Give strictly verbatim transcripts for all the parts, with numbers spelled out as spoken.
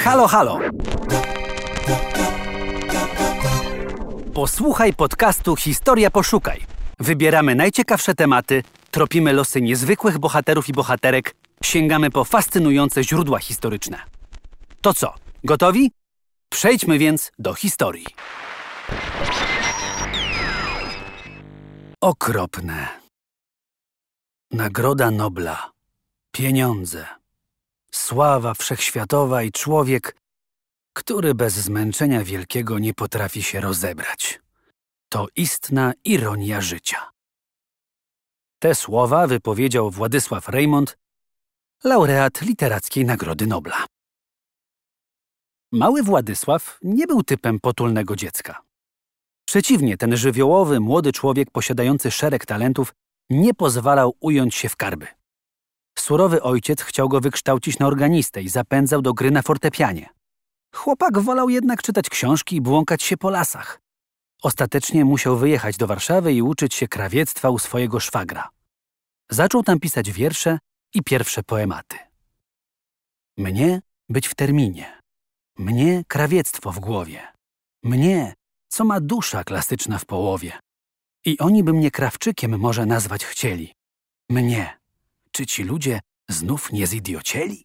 Halo, halo! Posłuchaj podcastu Historia Poszukaj. Wybieramy najciekawsze tematy, tropimy losy niezwykłych bohaterów i bohaterek, sięgamy po fascynujące źródła historyczne. To co, gotowi? Przejdźmy więc do historii. Okropne. Nagroda Nobla. Pieniądze. Sława wszechświatowa i człowiek, który bez zmęczenia wielkiego nie potrafi się rozebrać. To istna ironia życia. Te słowa wypowiedział Władysław Reymont, laureat Literackiej Nagrody Nobla. Mały Władysław nie był typem potulnego dziecka. Przeciwnie, ten żywiołowy, młody człowiek posiadający szereg talentów nie pozwalał ująć się w karby. Surowy ojciec chciał go wykształcić na organistę i zapędzał do gry na fortepianie. Chłopak wolał jednak czytać książki i błąkać się po lasach. Ostatecznie musiał wyjechać do Warszawy i uczyć się krawiectwa u swojego szwagra. Zaczął tam pisać wiersze i pierwsze poematy. Mnie być w terminie. Mnie krawiectwo w głowie. Mnie, co ma dusza klasyczna w połowie. I oni by mnie krawczykiem może nazwać chcieli. Mnie. Czy ci ludzie znów nie zidiocieli?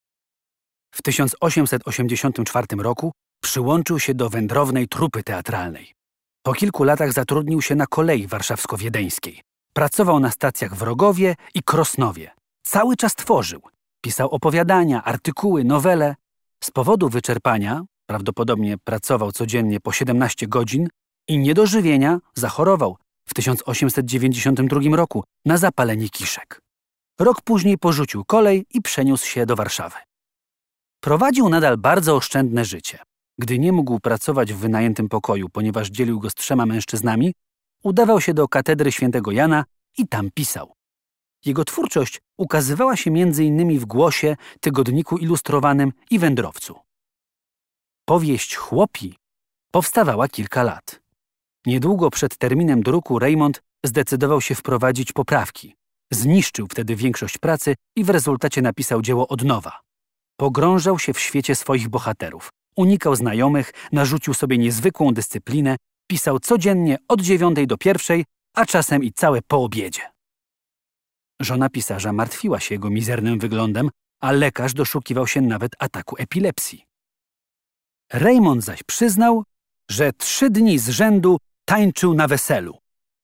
W tysiąc osiemset osiemdziesiątym czwartym roku przyłączył się do wędrownej trupy teatralnej. Po kilku latach zatrudnił się na kolei warszawsko-wiedeńskiej. Pracował na stacjach w Rogowie i Krosnowie. Cały czas tworzył. Pisał opowiadania, artykuły, nowele. Z powodu wyczerpania, prawdopodobnie pracował codziennie po siedemnaście godzin i niedożywienia zachorował w tysiąc osiemset dziewięćdziesiątym drugim roku na zapalenie kiszek. Rok później porzucił kolej i przeniósł się do Warszawy. Prowadził nadal bardzo oszczędne życie. Gdy nie mógł pracować w wynajętym pokoju, ponieważ dzielił go z trzema mężczyznami, udawał się do katedry świętego Jana i tam pisał. Jego twórczość ukazywała się między innymi w Głosie, Tygodniku Ilustrowanym i Wędrowcu. Powieść Chłopi powstawała kilka lat. Niedługo przed terminem druku Reymont zdecydował się wprowadzić poprawki. Zniszczył wtedy większość pracy i w rezultacie napisał dzieło od nowa. Pogrążał się w świecie swoich bohaterów. Unikał znajomych, narzucił sobie niezwykłą dyscyplinę, pisał codziennie od dziewiątej do pierwszej, a czasem i całe po obiedzie. Żona pisarza martwiła się jego mizernym wyglądem, a lekarz doszukiwał się nawet ataku epilepsji. Reymont zaś przyznał, że trzy dni z rzędu tańczył na weselu.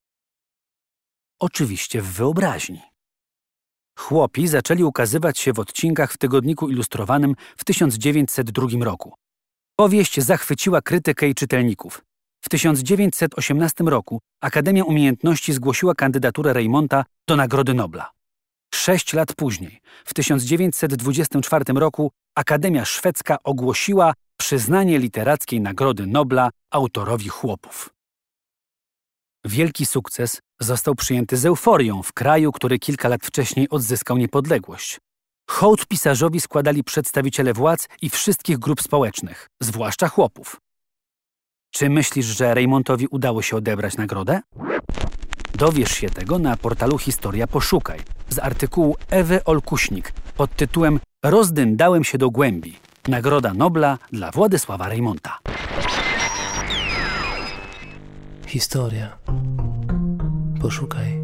Oczywiście w wyobraźni. Chłopi zaczęli ukazywać się w odcinkach w Tygodniku Ilustrowanym w tysiąc dziewięćset drugim roku. Powieść zachwyciła krytykę i czytelników. W tysiąc dziewięćset osiemnastym roku Akademia Umiejętności zgłosiła kandydaturę Reymonta do Nagrody Nobla. Sześć lat później, w tysiąc dziewięćset dwudziestym czwartym roku, Akademia Szwedzka ogłosiła przyznanie Literackiej Nagrody Nobla autorowi Chłopów. Wielki sukces został przyjęty z euforią w kraju, który kilka lat wcześniej odzyskał niepodległość. Hołd pisarzowi składali przedstawiciele władz i wszystkich grup społecznych, zwłaszcza chłopów. Czy myślisz, że Reymontowi udało się odebrać nagrodę? Dowiesz się tego na portalu Historia Poszukaj z artykułu Ewy Olkuśnik pod tytułem Rozdyndałem się do głębi. Nagroda Nobla dla Władysława Reymonta. Historia. Poszukaj.